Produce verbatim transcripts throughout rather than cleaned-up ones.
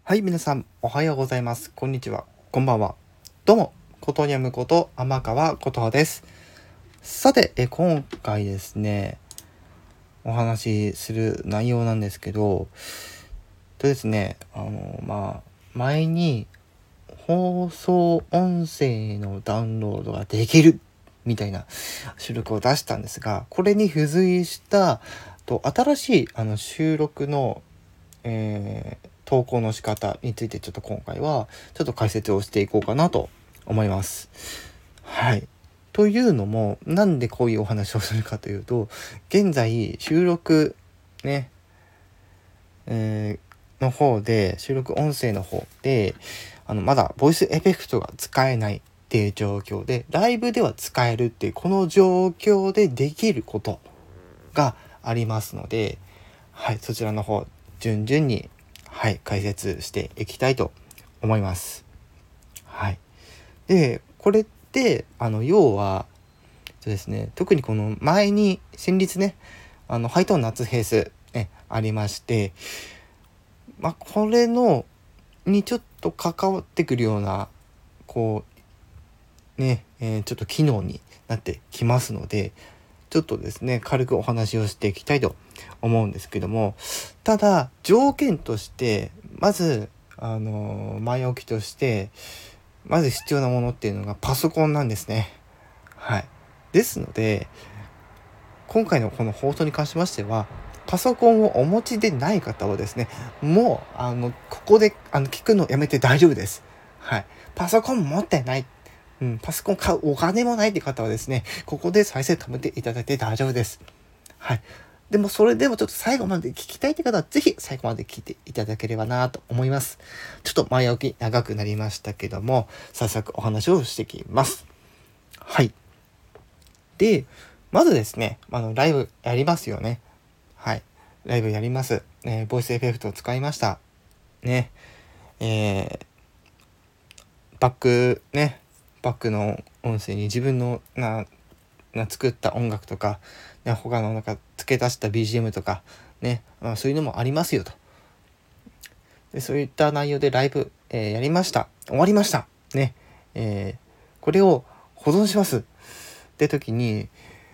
はい、皆さん、おはようございます。こんにちは。こんばんは。どうも、ことにゃむこと天川ことはです。さて、え今回ですね、お話しする内容なんですけど、とですね、あの、まあ、前に放送音声のダウンロードができるみたいな収録を出したんですが、これに付随したと新しいあの収録の、えー投稿の仕方についてちょっと今回はちょっと解説をしていこうかなと思います。はい。というのも、なんでこういうお話をするかというと、現在収録ね、えーの方で、収録音声の方で、あの、まだボイスエフェクトが使えないっていう状況で、ライブでは使えるっていう、この状況でできることがありますので、はい、そちらの方、順々にはい、解説していきたいと思います。はい。で、これって、あの、要は、そうですね、特にこの前に、先日ね、あの、ハイトーン夏フェス、ね、ありまして、まあ、これの、にちょっと関わってくるような、こう、ね、えー、ちょっと機能になってきますので、ちょっとですね、軽くお話をしていきたいと思うんですけども、ただ、条件として、まず、あのー、前置きとして、まず必要なものっていうのがパソコンなんですね。はい。ですので、今回のこの放送に関しましては、パソコンをお持ちでない方はですね、もう、あの、ここで、あの、聞くのやめて大丈夫です。はい。パソコン持ってない。うん、パソコン買うお金もないって方はですね、ここで再生止めていただいて大丈夫です。はい。でもそれでもちょっと最後まで聞きたいって方はぜひ最後まで聞いていただければなと思います。ちょっと前置き長くなりましたけども、早速お話をしていきます。はい。で、まずですね、あの、ライブやりますよね。はい。ライブやります。えー、ボイスエフェクトを使いました。ね。えー、バックね、バックの音声に自分のな、な作った音楽とか、ね、他のなんか付け足した ビージーエム とか、ね、まあ、そういうのもありますよと。でそういった内容でライブ、えー、やりました。終わりました。ね。えー、これを保存します。って時に、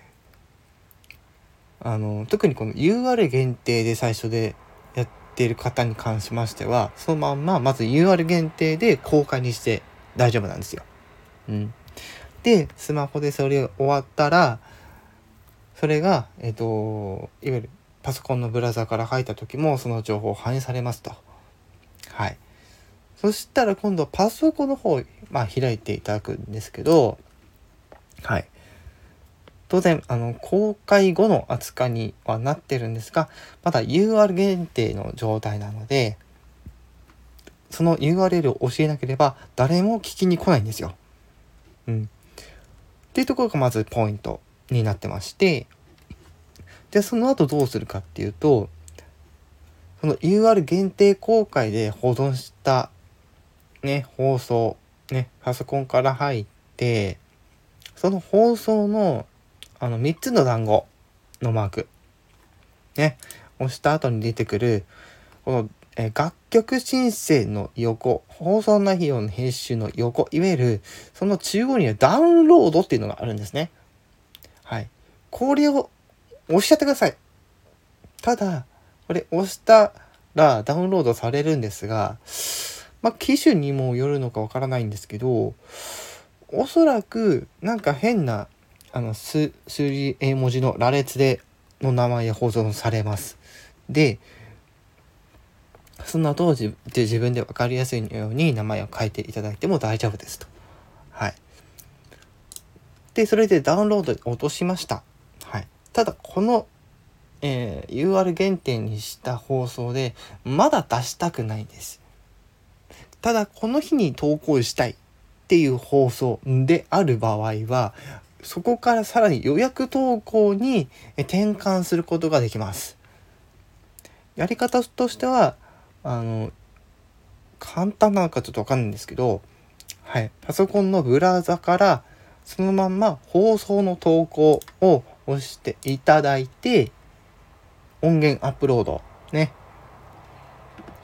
あの、特にこの ユーアール 限定で最初でやっている方に関しましては、そのまんままず ユーアール 限定で公開にして大丈夫なんですよ。うん。で、スマホでそれ終わったら、それが、えっと、いわゆるパソコンのブラウザから入った時もその情報反映されますと。はい。そしたら今度はパソコンの方、まあ開いていただくんですけど、はい。当然、あの、公開後の扱いにはなってるんですが、まだ ユーアール 限定の状態なので、その ユーアールエル を教えなければ誰も聞きに来ないんですよ。うん。っていうところがまずポイントになってまして、で、その後どうするかっていうと、その ユーアール 限定公開で保存したね、放送、ね、パソコンから入って、その放送のあのみっつの団子のマーク、ね、押した後に出てくる、この、え楽曲申請の横、放送内容の編集の横、いわゆるその中央にはダウンロードっていうのがあるんですね。はい。これを押しちゃってください。ただ、これ押したらダウンロードされるんですが、まあ、機種にもよるのかわからないんですけど、おそらくなんか変なあの数字英文字の羅列での名前で保存されます。で、その後で自分で分かりやすいように名前を書いていただいても大丈夫ですと。はい。で、それでダウンロードで落としました。はい。ただこの、えー、ユーアール 限定にした放送でまだ出したくないんです。ただこの日に投稿したいっていう放送である場合は、そこからさらに予約投稿に転換することができます。やり方としては、あの、簡単なのかちょっとわかんないんですけど、はい、パソコンのブラウザからそのまんま放送の投稿を押していただいて、音源アップロードね。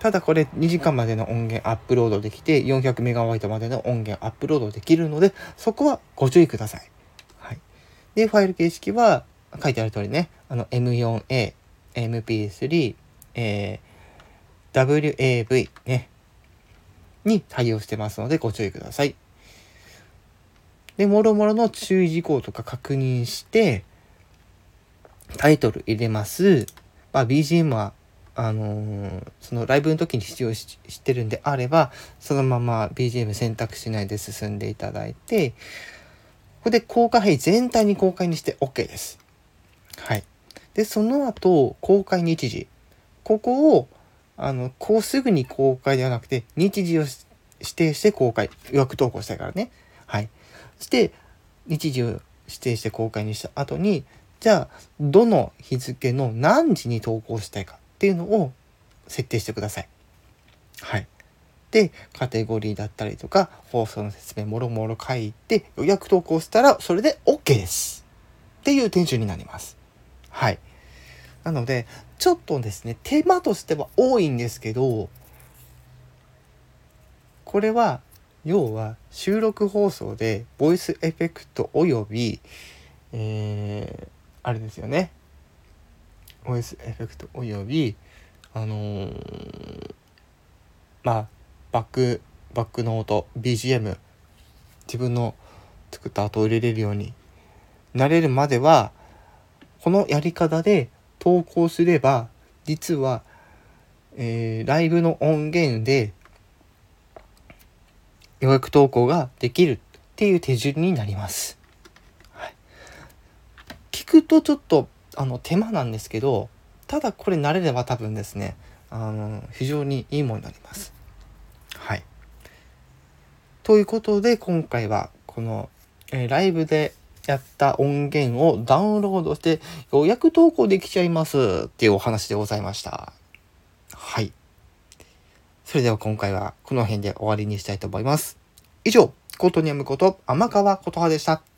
ただこれにじかんまでの音源アップロードできて よんひゃくメガバイト までの音源アップロードできるので、そこはご注意ください。はい。で、ファイル形式は書いてある通りね、あの エムフォーエー、エムピースリー、えー、ダブリューエーブイ ね、に対応してますのでご注意ください。で、もろもろの注意事項とか確認して、タイトル入れます。まあ、ビージーエム は、あのー、そのライブの時に使用 し, してるんであれば、そのまま ビージーエム 選択しないで進んでいただいて、ここで公開範囲全体に公開にして OK です。はい。で、その後、公開日時。ここを、あの、こうすぐに公開ではなくて、日時を指定して公開。予約投稿したいからね。はい。そして、日時を指定して公開にした後に、じゃあ、どの日付の何時に投稿したいかっていうのを設定してください。はい。で、カテゴリーだったりとか、放送の説明もろもろ書いて、予約投稿したら、それで OK です。っていう点数になります。はい。なので、ちょっとですね、手間としては多いんですけど、これは、要は収録放送で、ボイスエフェクトおよび、えー、あれですよね。ボイスエフェクトおよび、あのー、まあ、バック、バックの音、ビージーエム、自分の作った音を入れれるようになれるまでは、このやり方で投稿すれば、実は、えー、ライブの音源で予約投稿ができるっていう手順になります。はい、聞くとちょっとあの手間なんですけど、ただこれ慣れれば多分ですね、あの非常にいいものになります。はい。ということで今回はこの、えー、ライブでやった音源をダウンロードして予約投稿できちゃいますっていうお話でございました。はい。それでは今回はこの辺で終わりにしたいと思います。以上、コートニアムこと天川琴葉でした。